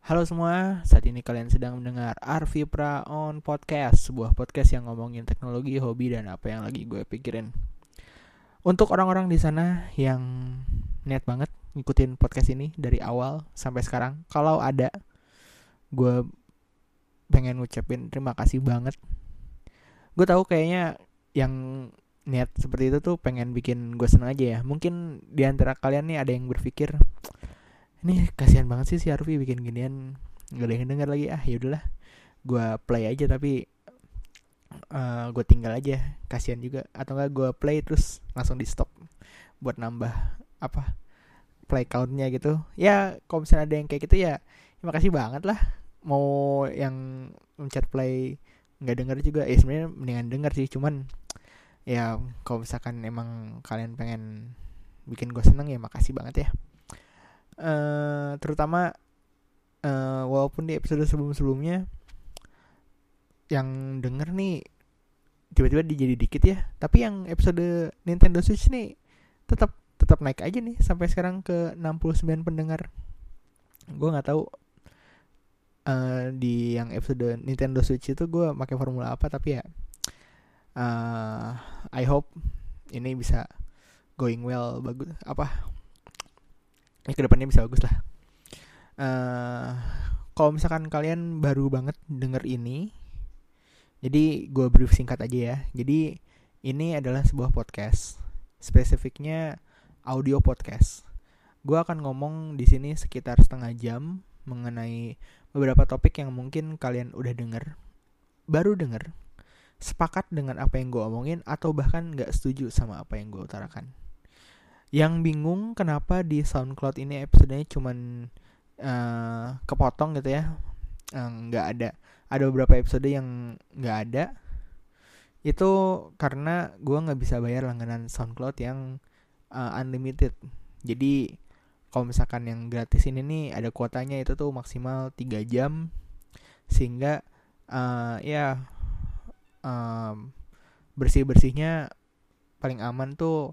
Halo semua, saat ini kalian sedang mendengar Arvi Pra on Podcast, sebuah podcast yang ngomongin teknologi, hobi, dan apa yang lagi gue pikirin. Untuk orang-orang di sana yang niat banget ngikutin podcast ini dari awal sampai sekarang, kalau ada, gue pengen ngucapin terima kasih banget. Gue tahu kayaknya yang niat seperti itu tuh pengen bikin gue seneng aja ya. Mungkin di antara kalian nih ada yang berpikir, ini kasihan banget sih si Arvi bikin ginian, nggak ada yang denger lagi. Yaudahlah, gue play aja tapi gue tinggal aja, kasihan juga. Atau enggak gue play terus langsung di stop buat nambah apa play countnya gitu ya. Kalau misalnya ada yang kayak gitu ya terima kasih banget lah. Mau yang mencet play nggak denger juga sebenarnya mendingan denger sih, cuman ya kalau misalkan emang kalian pengen bikin gue seneng ya makasih banget ya. Terutama walaupun di episode sebelum-sebelumnya yang denger nih tiba-tiba jadi dikit ya, tapi yang episode Nintendo Switch nih tetap naik aja nih sampai sekarang ke 69 pendengar. Gue nggak tahu di yang episode Nintendo Switch itu gue pakai formula apa, tapi ya I hope ini bisa going well, bagus kedepannya bisa bagus lah. Kalau misalkan kalian baru banget denger ini, jadi gue brief singkat aja ya. Jadi ini adalah sebuah podcast, spesifiknya audio podcast. Gue akan ngomong di sini sekitar setengah jam mengenai beberapa topik yang mungkin kalian udah denger, baru denger, sepakat dengan apa yang gue omongin, atau bahkan gak setuju sama apa yang gue utarakan. Yang bingung kenapa di SoundCloud ini episodenya cuman kepotong gitu ya, nggak ada beberapa episode yang nggak ada. Itu karena gue nggak bisa bayar langganan SoundCloud yang unlimited. Jadi kalau misalkan yang gratis ini nih ada kuotanya, itu tuh maksimal 3 jam, sehingga bersih-bersihnya paling aman tuh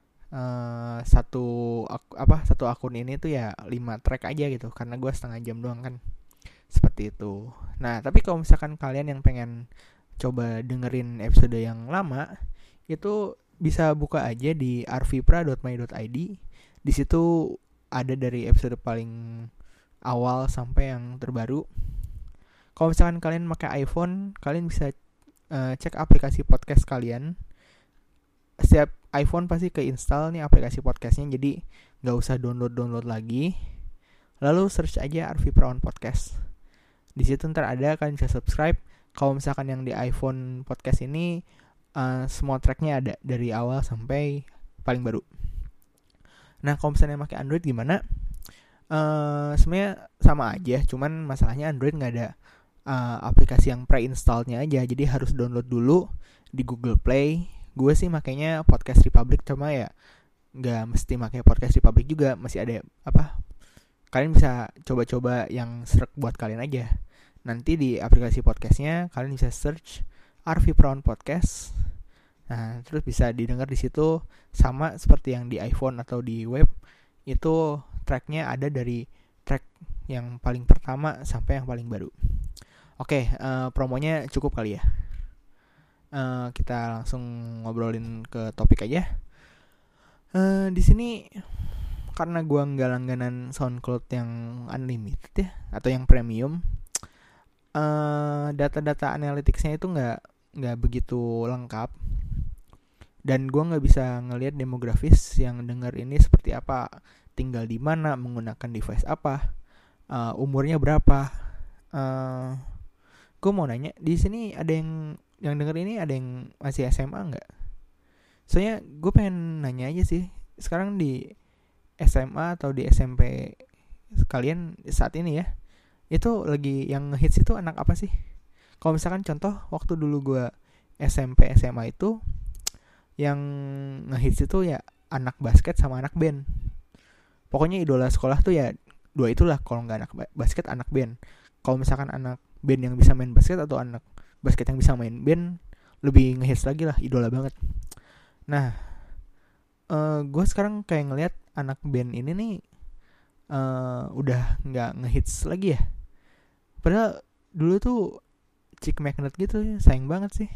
satu akun ini tuh ya 5 track aja gitu, karena gue setengah jam doang kan, seperti itu. Nah tapi kalau misalkan kalian yang pengen coba dengerin episode yang lama, itu bisa buka aja di arvipra.my.id. Di situ ada dari episode paling awal sampai yang terbaru. Kalau misalkan kalian pakai iPhone, kalian bisa cek aplikasi podcast kalian. Setiap iPhone pasti keinstall nih aplikasi podcastnya, jadi nggak usah download lagi. Lalu search aja Arvi Pra on Podcast. Di situ ntar ada, kalian bisa subscribe. Kalau misalkan yang di iPhone podcast ini semua tracknya ada dari awal sampai paling baru. Nah kalau misalnya pakai Android gimana? Sebenarnya sama aja, cuman masalahnya Android nggak ada aplikasi yang pre-installednya aja, jadi harus download dulu di Google Play. Gue sih makanya Podcast Republic, cuma ya nggak mesti pakai Podcast Republic juga, masih ada kalian bisa coba-coba yang serak buat kalian aja. Nanti di aplikasi podcastnya kalian bisa search Arvi Pra on Podcast. Nah terus bisa didengar di situ, sama seperti yang di iPhone atau di web. Itu tracknya ada dari track yang paling pertama sampai yang paling baru. Oke, promonya cukup kali ya. Kita langsung ngobrolin ke topik aja. Di sini karena gue nggak langganan SoundCloud yang unlimited ya, atau yang premium, data-data analyticsnya itu nggak begitu lengkap, dan gue nggak bisa ngelihat demografis yang denger ini seperti apa, tinggal di mana, menggunakan device apa, umurnya berapa. Gue mau nanya, di sini ada yang denger ini ada yang masih SMA nggak? Soalnya gue pengen nanya aja sih, sekarang di SMA atau di SMP kalian saat ini ya, itu lagi yang hits itu anak apa sih? Kalau misalkan contoh waktu dulu gue SMP SMA itu yang ngehits itu ya anak basket sama anak band. Pokoknya idola sekolah tuh ya dua itulah, kalau nggak anak basket anak band. Kalau misalkan anak band yang bisa main basket atau anak basket yang bisa main band, lebih ngehits lagi lah, idola banget. Nah gue sekarang kayak ngelihat anak band ini nih udah nggak ngehits lagi ya. Padahal dulu tuh chick magnet gitu, sayang banget sih.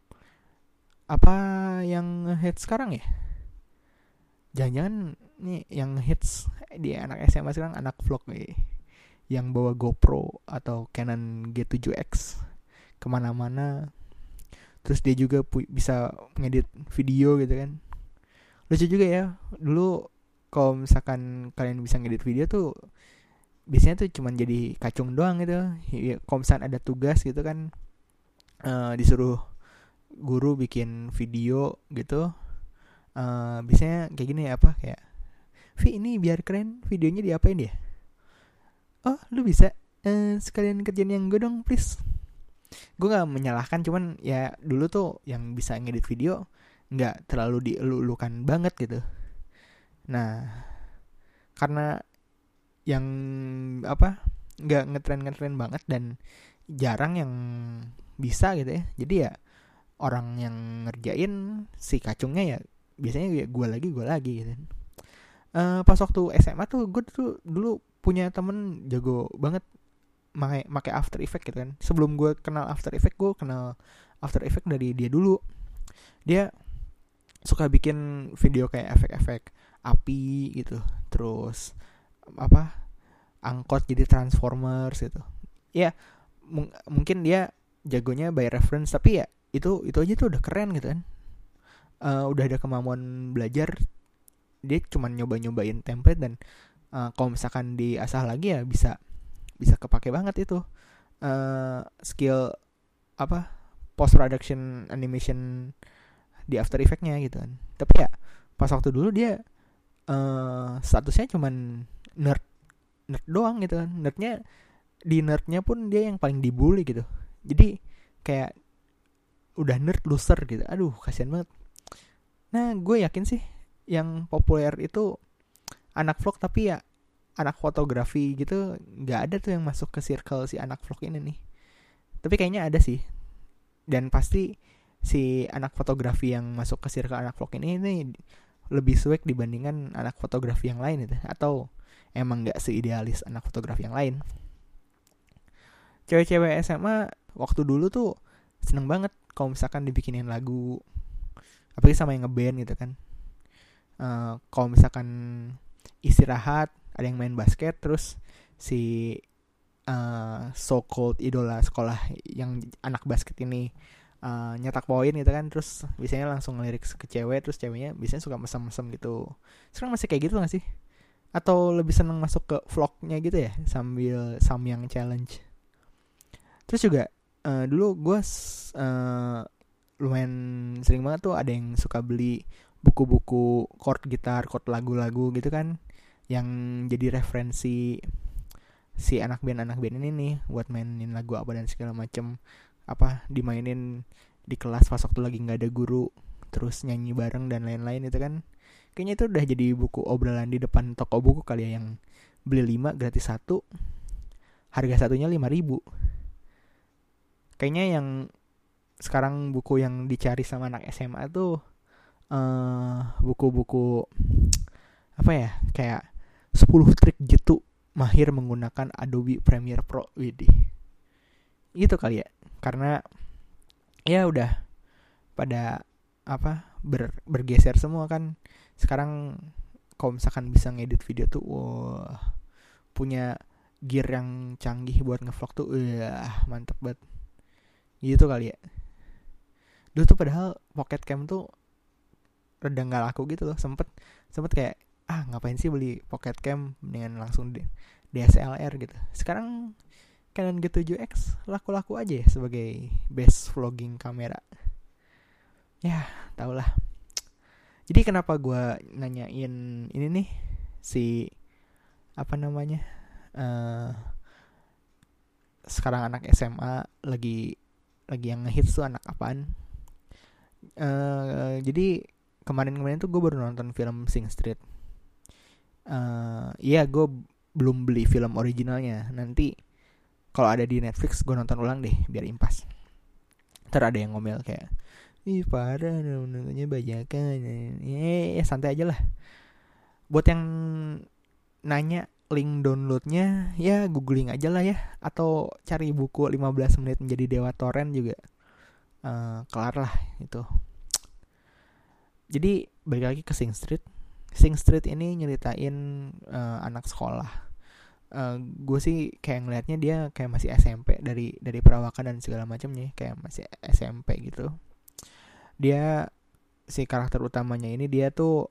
Apa yang hits sekarang ya? Jangan-jangan nih yang hits di anak SMA sekarang anak vlog nih, yang bawa GoPro atau Canon G7X kemana-mana. Terus dia juga bisa ngedit video gitu kan. Lucu juga ya. Dulu kalau misalkan kalian bisa ngedit video tuh biasanya tuh cuman jadi kacung doang gitu ya. Kalau misalkan ada tugas gitu kan, disuruh guru bikin video gitu, biasanya kayak gini apa, kayak Vi ini biar keren videonya diapain ya, oh lu bisa sekalian kerjain yang gue dong please. Gue nggak menyalahkan, cuman ya dulu tuh yang bisa ngedit video nggak terlalu dielu-elukan banget gitu. Nah, karena yang apa, nggak ngetren banget dan jarang yang bisa gitu ya, jadi ya orang yang ngerjain si kacungnya ya biasanya ya gue lagi gitu. Pas waktu SMA tuh gue tuh dulu punya temen jago banget make After Effects gitu kan. Sebelum gue kenal After Effects, gue kenal After Effects dari dia dulu. Dia suka bikin video kayak efek-efek api gitu, terus apa, angkot jadi Transformers gitu ya. Mungkin dia jagonya by reference, tapi ya itu aja tuh udah keren gitu kan. Udah ada kemampuan belajar, dia cuman nyobain template dan kalau misalkan diasah lagi ya bisa kepake banget itu skill apa, post production animation di After Effects-nya gitu kan. Tapi ya pas waktu dulu dia statusnya cuman nerd doang gitu kan. Nerdnya pun dia yang paling dibully gitu. Jadi kayak udah nerd loser gitu. Aduh, kasihan banget. Nah, gue yakin sih yang populer itu anak vlog, tapi ya anak fotografi gitu nggak ada tuh yang masuk ke circle si anak vlog ini nih. Tapi kayaknya ada sih. Dan pasti si anak fotografi yang masuk ke circle anak vlog ini lebih swag dibandingkan anak fotografi yang lain itu. Atau emang nggak seidealis anak fotografi yang lain. Cewek-cewek SMA waktu dulu tuh seneng banget kalau misalkan dibikinin lagu, apalagi sama yang ngeband gitu kan. Kalau misalkan istirahat ada yang main basket, terus si so called idola sekolah yang anak basket ini nyetak poin gitu kan, terus biasanya langsung ngelirik ke cewek, terus ceweknya biasanya suka mesem-mesem gitu. Sekarang masih kayak gitu gak sih? Atau lebih seneng masuk ke vlognya gitu ya, sambil Samyang challenge. Terus juga dulu gue lumayan sering banget tuh ada yang suka beli buku-buku chord gitar, chord lagu-lagu gitu kan, yang jadi referensi si anak band ini nih buat mainin lagu apa dan segala macem, apa dimainin di kelas pas waktu lagi nggak ada guru, terus nyanyi bareng dan lain-lain itu kan. Kayaknya itu udah jadi buku obrolan di depan toko buku kali ya, yang beli 5 gratis 1, harga satunya 5.000. Kayaknya yang sekarang buku yang dicari sama anak SMA tuh buku-buku apa ya, kayak 10 trik jitu mahir menggunakan Adobe Premiere Pro. Widih, gitu kali ya. Karena ya udah pada apa, bergeser semua kan. Sekarang kalau misalkan bisa ngedit video tuh wah, punya gear yang canggih buat ngevlog tuh mantep banget. Gitu kali ya. Dulu tuh padahal pocket cam tuh rada gak laku gitu loh. Sempet kayak ngapain sih beli pocket cam, dengan langsung DSLR gitu. Sekarang Canon G7X laku-laku aja ya sebagai best vlogging kamera. Ya, tau lah. Jadi kenapa gue nanyain ini nih, si apa namanya, sekarang anak SMA lagi yang ngehits tuh anak apaan. Jadi kemarin tuh gue baru nonton film Sing Street. Iya, gue belum beli film originalnya. Nanti kalau ada di Netflix gue nonton ulang deh biar impas. Ntar ada yang ngomel kayak, ih parah nontonnya bajakan. Ya santai aja lah. Buat yang nanya link downloadnya ya googling aja lah ya, atau cari buku 15 menit menjadi dewa torrent juga kelar lah itu. Jadi balik lagi ke Sing Street. Sing Street ini nyeritain anak sekolah. Gue sih kayak ngelihatnya dia kayak masih SMP, dari perawakan dan segala macamnya kayak masih SMP gitu. Dia si karakter utamanya ini dia tuh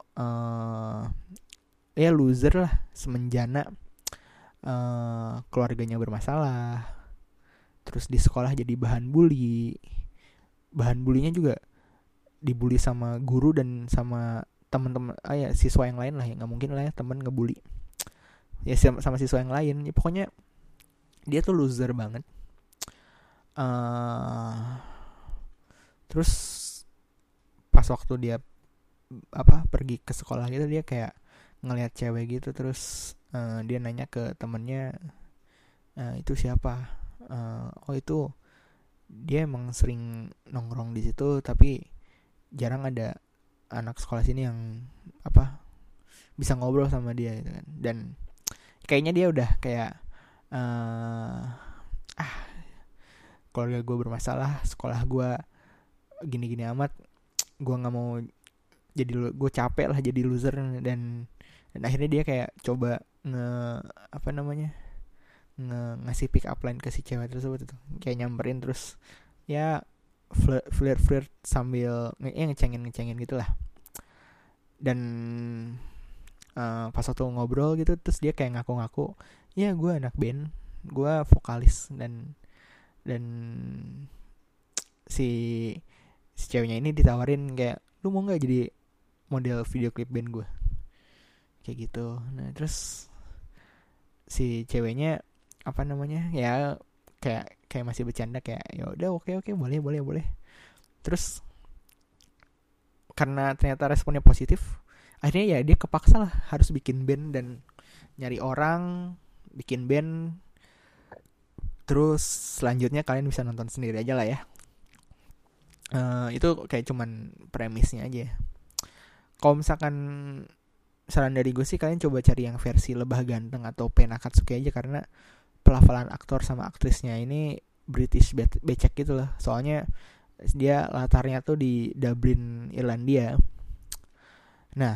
ya loser lah, semenjana keluarganya bermasalah, terus di sekolah jadi bahan bulinya juga dibully sama guru dan sama teman-teman ya siswa yang lain lah, ya nggak mungkin lah ya teman ngebully ya sama siswa yang lain ya, pokoknya dia tuh loser banget. Terus pas waktu dia pergi ke sekolah gitu, dia kayak ngelihat cewek gitu, terus dia nanya ke temennya, itu siapa? Oh itu dia emang sering nongkrong di situ, tapi jarang ada anak sekolah sini yang bisa ngobrol sama dia gitu kan. Dan kayaknya dia udah kayak keluarga gue bermasalah, sekolah gue gini-gini amat, gue nggak mau gue capek lah jadi loser. Dan akhirnya dia kayak coba ngasih pick up line ke si cewek tersebut itu, kayak nyamperin terus ya flirt sambil ngecengin gitulah. Dan pas waktu ngobrol gitu, terus dia kayak ngaku-ngaku, ya gue anak band, gue vokalis, dan si ceweknya ini ditawarin kayak, lu mau nggak jadi model video klip band gue, kayak gitu. Nah terus si ceweknya ya kayak masih bercanda kayak ya udah oke boleh. Terus karena ternyata responnya positif, akhirnya ya dia kepaksa lah harus bikin band dan nyari orang bikin band. Terus selanjutnya kalian bisa nonton sendiri aja lah ya. Itu kayak cuman premisnya aja. Kalau misalkan saran dari gue sih, kalian coba cari yang versi Lebah Ganteng atau Pen Akatsuki aja, karena pelafalan aktor sama aktrisnya ini British becek gitu loh. Soalnya dia latarnya tuh di Dublin, Irlandia. Nah,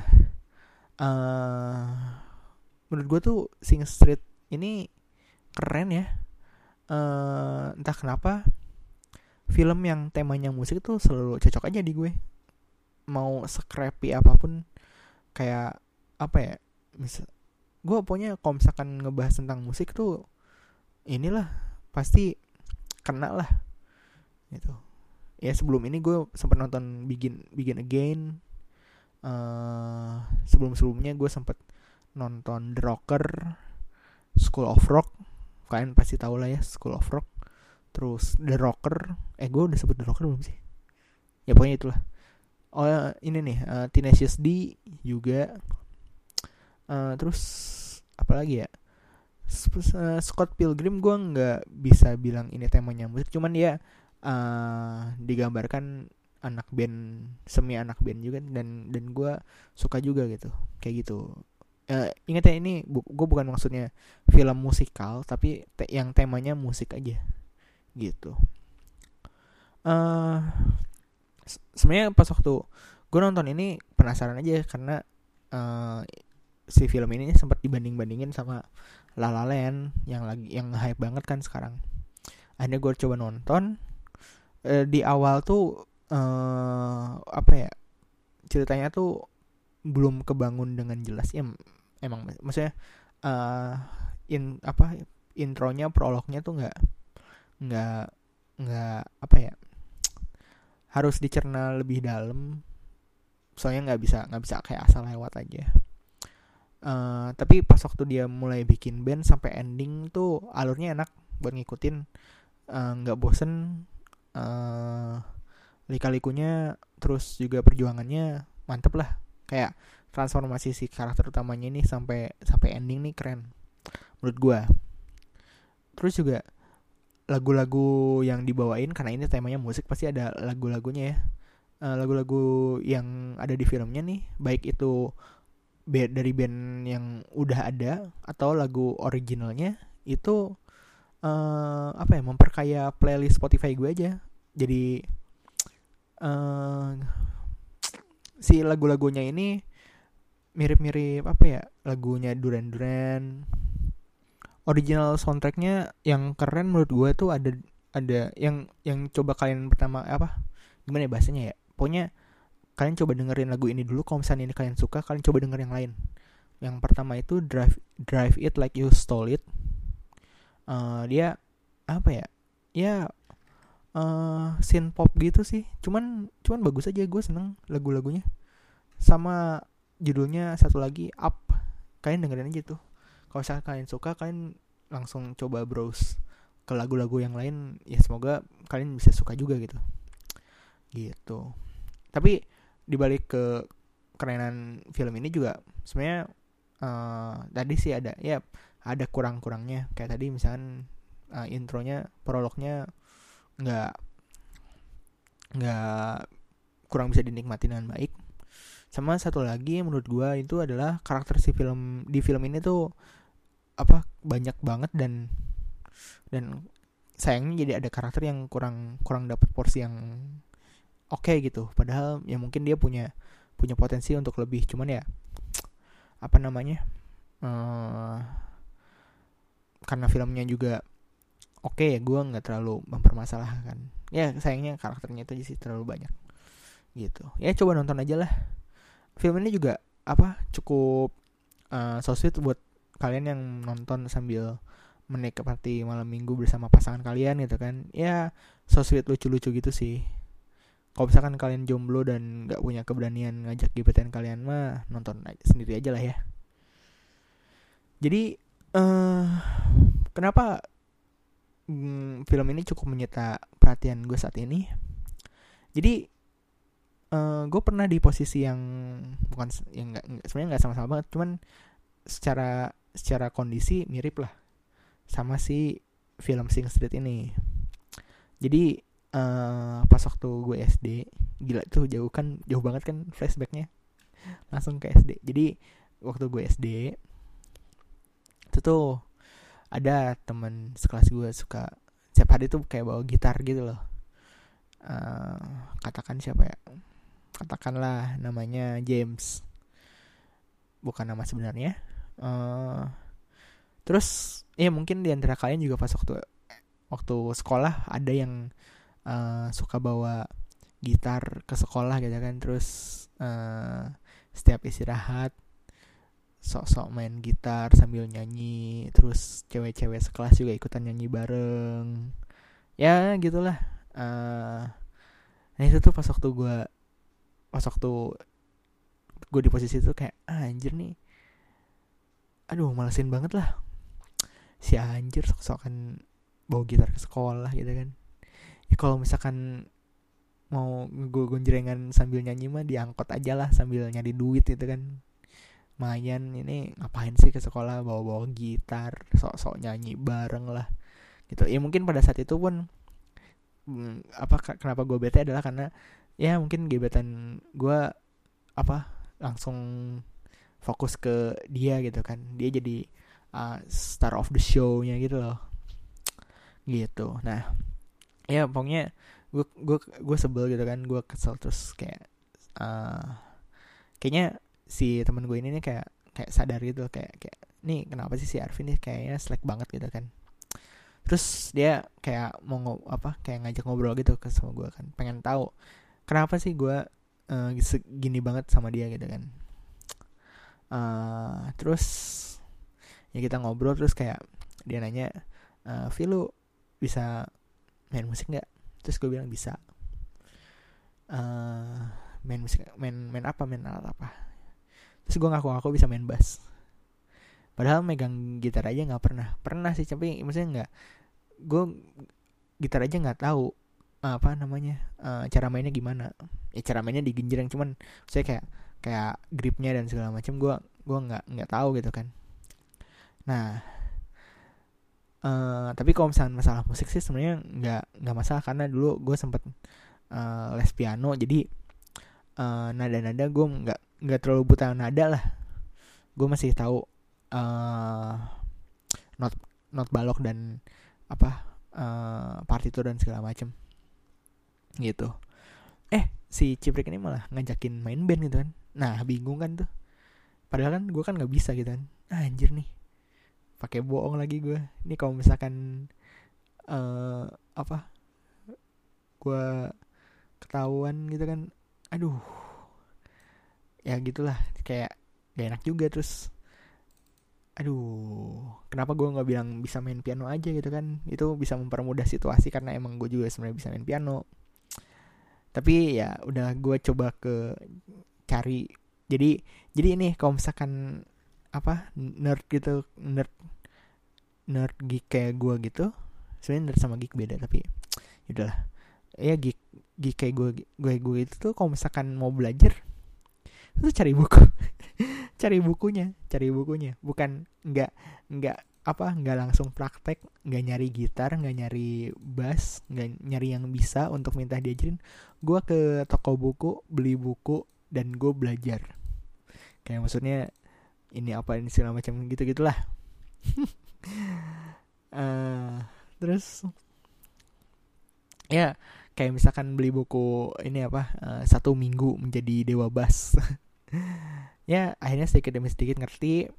menurut gue tuh Sing Street ini keren ya. Entah kenapa film yang temanya musik tuh selalu cocok aja di gue. Mau scrappy apapun, kayak gue pokoknya kalau misalkan ngebahas tentang musik tuh inilah pasti kena lah gitu. Ya sebelum ini gue sempat nonton Begin Again. Sebelumnya gue sempat nonton The Rocker, School of Rock, kalian pasti tahu lah ya School of Rock. Terus The Rocker, gue udah sebut The Rocker belum sih? Ya pokoknya itulah. Oh ini nih Tenacious D juga. Terus apa lagi ya? Scott Pilgrim gue nggak bisa bilang ini temanya musik, cuman dia digambarkan semi anak band juga, dan gue suka juga gitu, kayak gitu. Ingat ya, ini gue bukan maksudnya film musikal, tapi yang temanya musik aja gitu. Sebenarnya pas waktu gue nonton ini penasaran aja, karena si film ini sempat dibanding-bandingin sama La La Land yang hype banget kan sekarang. Akhirnya gue coba nonton. Di awal tuh ceritanya tuh belum kebangun dengan jelas ya, emang maksudnya intronya, prolognya tuh nggak harus dicerna lebih dalam, soalnya nggak bisa kayak asal lewat aja. Tapi pas waktu dia mulai bikin band sampai ending tuh alurnya enak buat ngikutin, nggak bosen, lika-likunya, terus juga perjuangannya mantep lah. Kayak transformasi si karakter utamanya ini sampai ending nih keren menurut gue. Terus juga lagu-lagu yang dibawain, karena ini temanya musik pasti ada lagu-lagunya ya. Lagu-lagu yang ada di filmnya nih, baik itu dari band yang udah ada atau lagu originalnya itu memperkaya playlist Spotify gue aja. Jadi si lagu-lagunya ini mirip-mirip lagunya Duran Duran. Original soundtracknya yang keren menurut gue tuh ada yang coba kalian pertama gimana ya bahasanya ya, pokoknya kalian coba dengerin lagu ini dulu. Kalau misalnya ini kalian suka, kalian coba denger yang lain. Yang pertama itu Drive It Like You Stole It. Dia synth pop gitu sih, cuman bagus aja, gue seneng lagu-lagunya. Sama judulnya satu lagi Up, kalian dengerin aja tuh. Kalau misalnya kalian suka, kalian langsung coba browse ke lagu-lagu yang lain, ya semoga kalian bisa suka juga gitu. Tapi dibalik ke kerenan film ini juga sebenarnya tadi sih ada kurang-kurangnya. Kayak tadi misalkan intronya, prolognya nggak kurang bisa dinikmati dengan baik. Sama satu lagi menurut gue itu adalah karakter di film ini tuh banyak banget, dan sayangnya jadi ada karakter yang kurang dapat porsi yang oke gitu. Padahal ya mungkin dia punya potensi untuk lebih, cuman ya karena filmnya juga oke ya, gue nggak terlalu mempermasalahkan. Ya sayangnya karakternya itu sih terlalu banyak gitu. Ya coba nonton aja lah. Film ini juga cukup so sweet buat kalian yang nonton sambil menikmati malam minggu bersama pasangan kalian gitu kan. Ya so sweet, lucu-lucu gitu sih. Kalau misalkan kalian jomblo dan gak punya keberanian ngajak gebetan kalian mah, nonton sendiri aja lah ya. Jadi kenapa film ini cukup menyita perhatian gue saat ini? Jadi gue pernah di posisi yang bukan yang sebenarnya nggak sama-sama banget, cuman secara kondisi mirip lah sama si film Sing Street ini. Jadi pas waktu gue SD, gila tuh jauh banget kan flashbacknya, langsung ke SD. Jadi waktu gue SD itu tuh ada teman sekelas gue suka setiap hari tuh kayak bawa gitar gitu loh. Katakanlah namanya James, bukan nama sebenarnya. Terus ya mungkin di antara kalian juga pas waktu sekolah ada yang suka bawa gitar ke sekolah gitu kan. Terus setiap istirahat sok-sok main gitar sambil nyanyi. Terus cewek-cewek sekelas juga ikutan nyanyi bareng. Ya gitulah. Nah itu tuh pas waktu gue di posisi itu kayak anjir nih, aduh malesin banget lah si anjir sok-sokan bawa gitar ke sekolah gitu kan. Ya kalau misalkan mau gonjrengan sambil nyanyi mah diangkot aja lah sambil nyari duit gitu kan. Mayan ini ngapain sih ke sekolah bawa gitar sok-sok nyanyi bareng lah gitu. Ya mungkin pada saat itu pun kenapa gue bete adalah karena ya mungkin gebetan gue langsung fokus ke dia gitu kan. Dia jadi star of the show-nya gitu loh. Gitu. Nah, ya pokoknya gue sebel gitu kan. Gue kesel, terus kayak kayaknya si teman gue ini nih kayak sadar gitu, kayak nih kenapa sih si Arvin nih kayaknya slack banget gitu kan. Terus dia kayak mau kayak ngajak ngobrol gitu ke sama gue kan, pengen tahu kenapa sih gue gini banget sama dia gitu kan. Terus ya kita ngobrol, terus kayak dia nanya, "Vi, lu bisa main musik nggak?" Terus gue bilang bisa. Main musik, main alat apa? Terus gue ngaku bisa main bass. Padahal megang gitar aja nggak pernah sih, tapi maksudnya nggak, gue gitar aja nggak tahu cara mainnya gimana. Ya cara mainnya digenjreng, cuman saya kayak gripnya dan segala macam gue nggak tahu gitu kan. Nah tapi kalau misalnya masalah musik sih sebenarnya nggak masalah, karena dulu gue sempet les piano. Jadi nada-nada gue nggak terlalu buta nada lah. gue masih tahu not not balok dan partitur dan segala macem gitu. Si Ciprik ini malah ngajakin main band gitu kan. Nah bingung kan tuh, padahal kan gue kan nggak bisa gitu kan. Anjir nih, pakai bohong lagi gue. Ini kalau misalkan gue ketahuan gitu kan, aduh, ya gitulah, kayak gak enak juga. Terus aduh, kenapa gue nggak bilang bisa main piano aja gitu kan? Itu bisa mempermudah situasi karena emang gue juga sebenarnya bisa main piano. Tapi ya udah, gue coba cari. Jadi ini kalau misalkan nerd gitu, nerd geek kayak gue gitu. Sebenarnya nerd sama geek beda, tapi yaudahlah. Ya geek kayak gue itu tuh kalau misalkan mau belajar tuh cari buku. cari bukunya, bukan nggak langsung praktek, nggak nyari gitar, nggak nyari bass, nggak nyari yang bisa untuk minta diajarin. Gue ke toko buku, beli buku, dan gue belajar. Kayak maksudnya ini segala macam gitu gitulah. Terus ya kayak misalkan beli buku ini 1 minggu menjadi dewa bass. Ya akhirnya sedikit demi sedikit ngerti.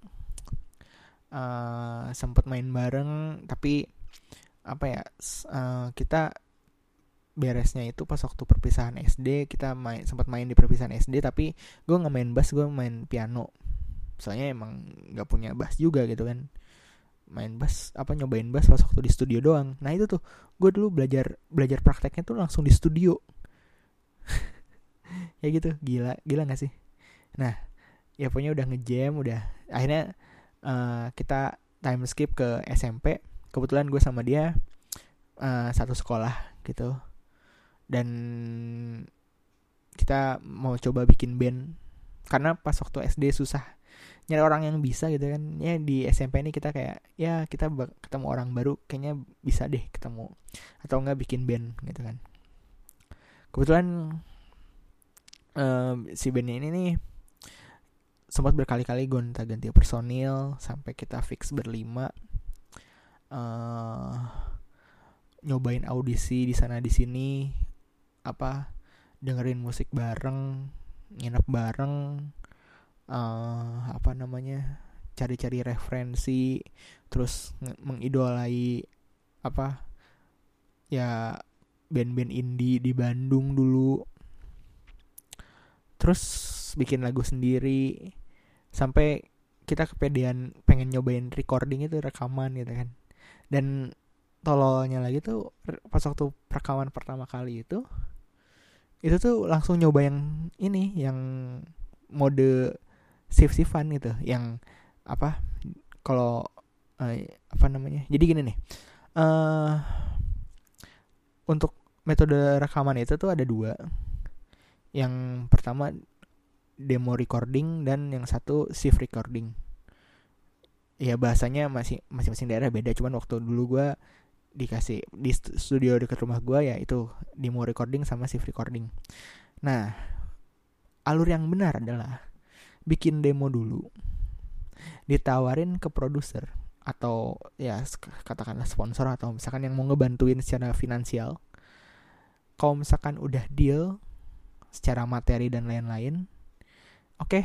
Sempet main bareng, tapi kita beresnya itu pas waktu perpisahan SD. Kita sempat main di perpisahan SD, tapi gue nggak main bass, gue main piano. Soalnya emang nggak punya bass juga gitu kan. Main bass nyobain bass pas waktu di studio doang. Nah itu tuh gue dulu belajar prakteknya tuh langsung di studio. Ya gitu, gila nggak sih? Nah ya pokoknya udah ngejam, udah akhirnya kita time skip ke SMP. Kebetulan gue sama dia satu sekolah gitu, dan kita mau coba bikin band karena pas waktu SD susah nyari orang yang bisa gitu kan. Ya di SMP ini kita kayak ya kita ketemu orang baru, kayaknya bisa deh ketemu atau enggak bikin band gitu kan. Kebetulan si bandnya ini nih sempat berkali-kali gonta-ganti personil sampai kita fix berlima. Nyobain audisi di sana di sini, dengerin musik bareng, nginep bareng, cari-cari referensi, terus mengidolai ya band-band indie di Bandung dulu. Terus bikin lagu sendiri sampai kita kepedean pengen nyobain recording itu, rekaman gitu kan. Dan tololnya lagi tuh pas waktu rekaman pertama kali itu tuh langsung nyoba yang ini, yang mode sif-sifan gitu, yang kalau jadi gini nih, untuk metode rekaman itu tuh ada 2. Yang pertama demo recording dan yang satu shift recording. Ya bahasanya masing-masing daerah beda, cuman waktu dulu gue dikasih di studio dekat rumah gue ya itu demo recording sama shift recording. Nah alur yang benar adalah bikin demo dulu, ditawarin ke produser atau ya katakanlah sponsor atau misalkan yang mau ngebantuin secara finansial. Kalau misalkan udah deal secara materi dan lain-lain, oke.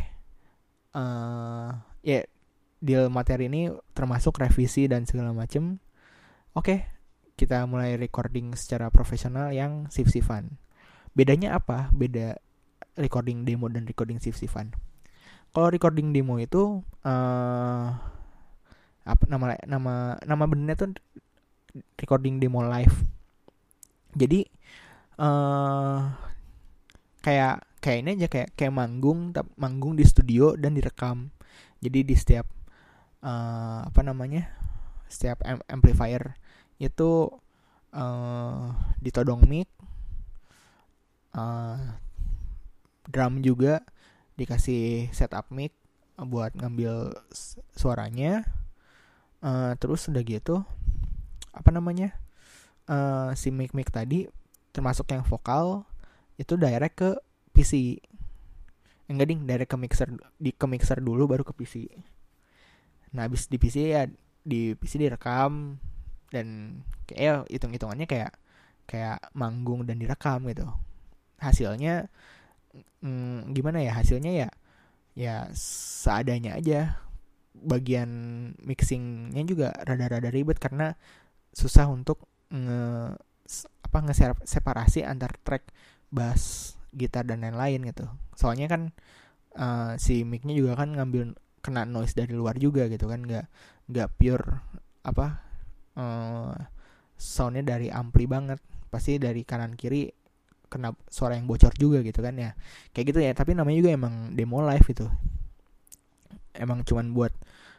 Ya deal materi ini termasuk revisi dan segala macem. Oke, kita mulai recording secara profesional yang sif-sifan. Bedanya apa? Beda recording demo dan recording sif-sifan. Kalau recording demo itu nama benernya tuh recording demo live. Jadi kayak ini aja, kayak manggung di studio dan direkam. Jadi di setiap setiap amplifier itu ditodong mic, drum juga dikasih setup mic buat ngambil suaranya. Terus udah gitu si mic tadi termasuk yang vokal itu direct ke PC. enggak ding, direct ke mixer dulu baru ke PC. Nah habis di PC ya, di PC direkam, dan kayak hitung-hitungannya kayak kayak manggung dan direkam gitu. Hasilnya gimana ya, hasilnya ya seadanya aja. Bagian mixingnya juga rada-rada ribet karena susah untuk separasi antar track bass, gitar dan lain-lain gitu. Soalnya kan si mic-nya juga kan ngambil kena noise dari luar juga gitu kan, nggak pure soundnya dari ampli banget, pasti dari kanan kiri kena suara yang bocor juga gitu kan ya, kayak gitu ya. Tapi namanya juga emang demo live itu, emang cuman buat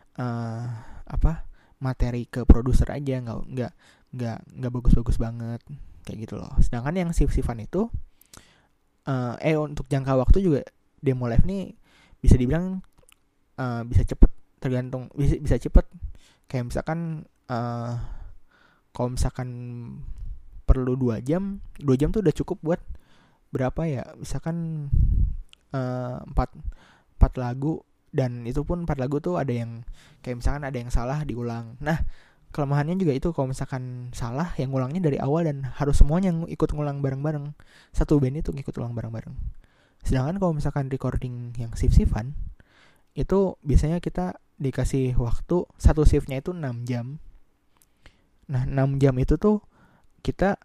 materi ke produser aja, nggak bagus-bagus banget kayak gitu loh. Sedangkan yang sif-sifan itu untuk jangka waktu juga demo live nih bisa dibilang bisa cepet, tergantung bisa cepet. Kayak misalkan kalau misalkan perlu 2 jam tuh udah cukup buat berapa ya, misalkan 4 lagu, dan itu pun 4 lagu tuh ada yang kayak misalkan ada yang salah diulang. Nah kelemahannya juga itu, kalau misalkan salah yang ngulangnya dari awal dan harus semuanya ikut ngulang bareng-bareng, satu band itu ikut ulang bareng-bareng. Sedangkan kalau misalkan recording yang shift-shiftan itu biasanya kita dikasih waktu satu shiftnya itu 6 jam. Nah 6 jam itu tuh kita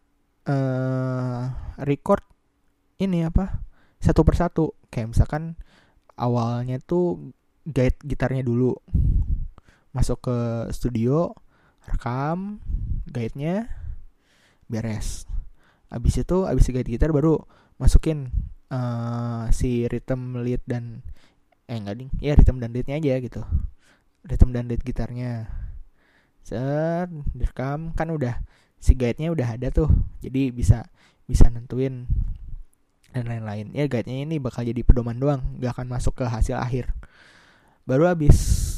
record ini satu persatu. Kayak misalkan awalnya tuh guide gitarnya dulu, masuk ke studio, rekam guide-nya, beres. Abis guide gitar baru masukin si rhythm lead dan rhythm dan leadnya aja gitu, rhythm dan lead gitarnya. Set, direkam kan, udah si guide-nya udah ada tuh, jadi bisa nentuin dan lain-lain. Ya guide-nya ini bakal jadi pedoman doang, gak akan masuk ke hasil akhir. Baru habis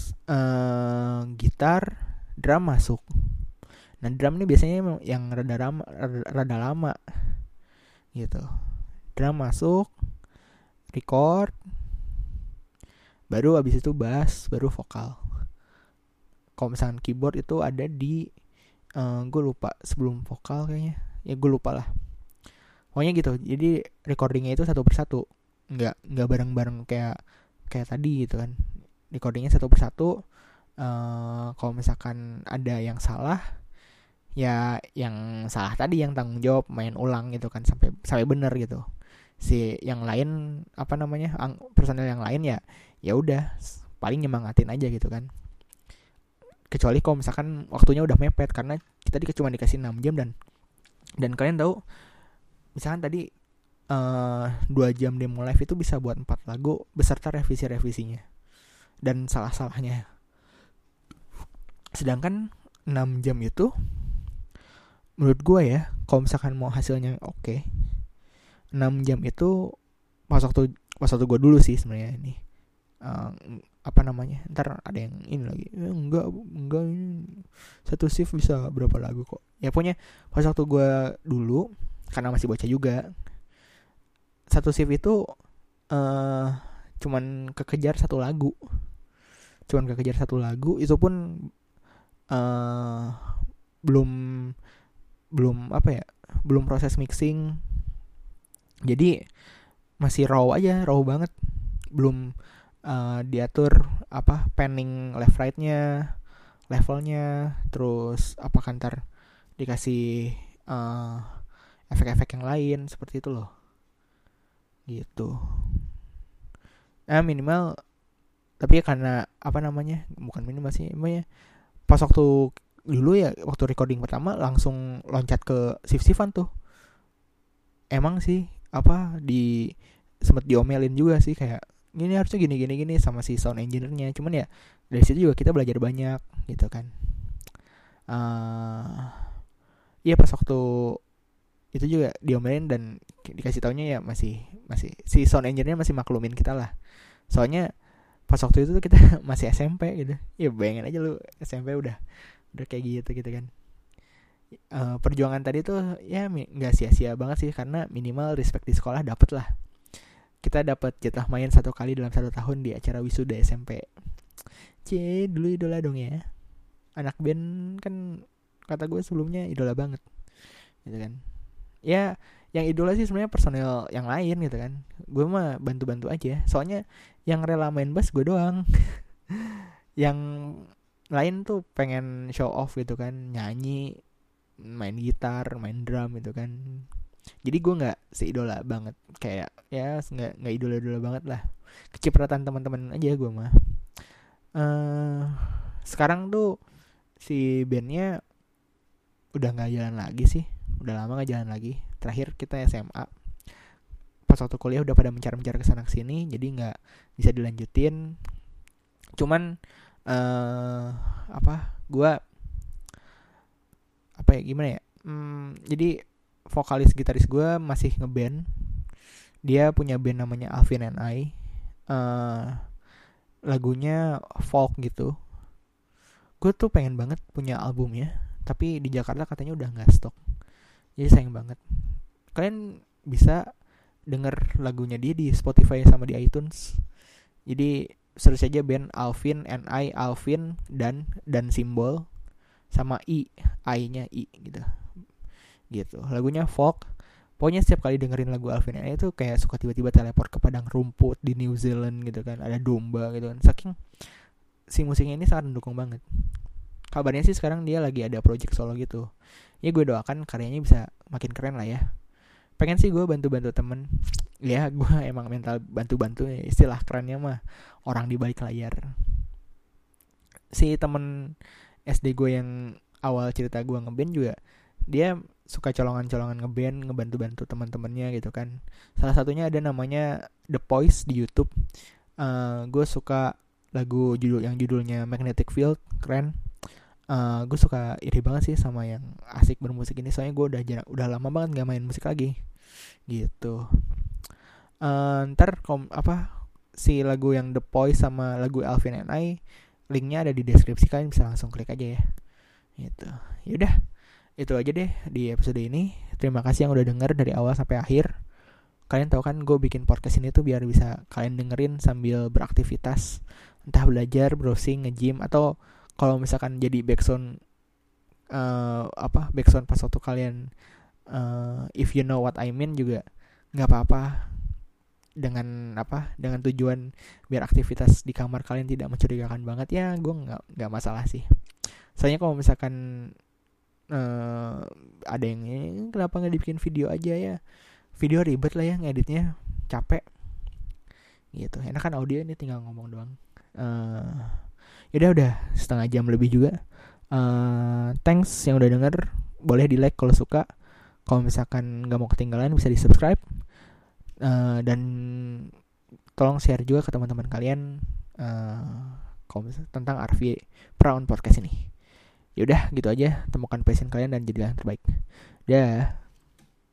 gitar, drum masuk. Nah drum ini biasanya yang rada lama gitu. Drum masuk, record, baru habis itu bass, baru vokal. Kalau misalkan keyboard itu ada di gue lupa sebelum vokal kayaknya, ya gue lupa lah. Pokoknya gitu. Jadi recordingnya itu satu persatu, nggak bareng-bareng kayak tadi gitu kan. Recordingnya satu persatu. Kalau misalkan ada yang salah, ya yang salah tadi yang tanggung jawab main ulang gitu kan, sampai bener gitu. Si yang lain personel yang lain ya udah paling nyemangatin aja gitu kan. Kecuali kalau misalkan waktunya udah mepet, karena kita cuma dikasih 6 jam dan kalian tahu misalkan tadi 2 jam demo live itu bisa buat 4 lagu beserta revisi-revisinya dan salah-salahnya. Sedangkan 6 jam itu menurut gue ya, kalau misalkan mau hasilnya oke, 6 jam itu pas waktu gue dulu sih sebenarnya ini. Ntar ada yang ini lagi, enggak satu shift bisa berapa lagu kok. Ya pokoknya pas waktu gue dulu, karena masih bocah juga, satu shift itu cuman kekejar satu lagu, itu pun belum proses mixing, jadi masih raw banget, belum diatur panning left rightnya, levelnya, terus ntar dikasih efek-efek yang lain seperti itu loh gitu. Minimal, tapi ya karena bukan minimal sih, emangnya pas waktu dulu ya, waktu recording pertama langsung loncat ke shift-shiftan tuh. Emang sih sempet diomelin juga sih, kayak gini harusnya gini sama si sound engineer-nya. Cuman ya dari situ juga kita belajar banyak gitu kan. Iya pas waktu itu juga diomelin dan dikasih taunya ya masih si sound engineer-nya masih maklumin kita lah. Soalnya pas waktu itu tuh kita masih SMP gitu. Ya bayangin aja lu SMP udah kayak gitu kan. Perjuangan tadi tuh ya nggak sia-sia banget sih, karena minimal respect di sekolah dapet lah. kita dapat jatah main 1 kali dalam 1 tahun di acara wisuda SMP. Dulu idola dong ya. Anak band kan kata gue sebelumnya idola banget gitu kan. Ya yang idola sih sebenarnya personel yang lain gitu kan. Gue mah bantu-bantu aja. Soalnya yang rela main bass gue doang. Yang lain tuh pengen show off gitu kan, nyanyi, main gitar, main drum gitu kan. Jadi gue nggak seidola banget, kayak ya nggak idola banget lah. Kecipratan teman-teman aja gue mah. Sekarang tuh si bandnya udah nggak jalan lagi sih, udah lama nggak jalan lagi. Terakhir kita SMA, pas waktu kuliah udah pada mencar-mencar kesana kesini, jadi nggak bisa dilanjutin. Cuman jadi vokalis gitaris gue masih ngeband. Dia punya band namanya Alvin and I. Lagunya folk gitu. Gue tuh pengen banget punya albumnya, tapi di Jakarta katanya udah nggak stok. Jadi sayang banget. Kalian bisa denger lagunya dia di Spotify sama di iTunes. Jadi search aja band Alvin and I, Alvin dan simbol sama I-nya gitu. Lagunya folk. Pokoknya setiap kali dengerin lagu Alvin and I itu kayak suka tiba-tiba teleport ke padang rumput di New Zealand gitu kan, ada domba gitu kan. Saking si musiknya ini sangat mendukung banget. Kabarnya sih sekarang dia lagi ada project solo gitu. Ya gue doakan karyanya bisa makin keren lah ya. Pengen sih gue bantu-bantu temen. Ya gue emang mental bantu-bantu ya. Istilah kerennya mah orang di balik layar. Si temen SD gue yang awal cerita gue ngeband juga, dia suka colongan-colongan ngeband, ngebantu-bantu teman-temannya gitu kan. Salah satunya ada namanya The Poise di YouTube. Gue suka lagu yang judulnya Magnetic Field, keren. Gue suka iri banget sih sama yang asik bermusik ini, soalnya gue udah lama banget nggak main musik lagi gitu. Ntar si lagu yang The Poise sama lagu Alvin and I, linknya ada di deskripsi, kalian bisa langsung klik aja ya gitu. Yaudah, itu aja deh di episode ini. Terima kasih yang udah denger dari awal sampai akhir. Kalian tahu kan gue bikin podcast ini tuh biar bisa kalian dengerin sambil beraktivitas, entah belajar, browsing, nge-gym, atau kalau misalkan jadi backsound backsound pas waktu kalian if you know what I mean juga nggak apa-apa. Dengan tujuan biar aktivitas di kamar kalian tidak mencurigakan banget, ya gue nggak masalah sih. Soalnya kalau misalkan ada yang kenapa nggak dibikin video aja ya, video ribet lah ya ngeditnya, capek gitu. Enak kan audio ini tinggal ngomong doang. Yaudah, udah setengah jam lebih juga. Thanks yang udah denger. Boleh di like kalau suka. Kalau misalkan nggak mau ketinggalan bisa di subscribe. Dan tolong share juga ke teman-teman kalian tentang Arfi Pra On Podcast ini. Yaudah gitu aja, temukan passion kalian dan jadilah yang terbaik. Dah.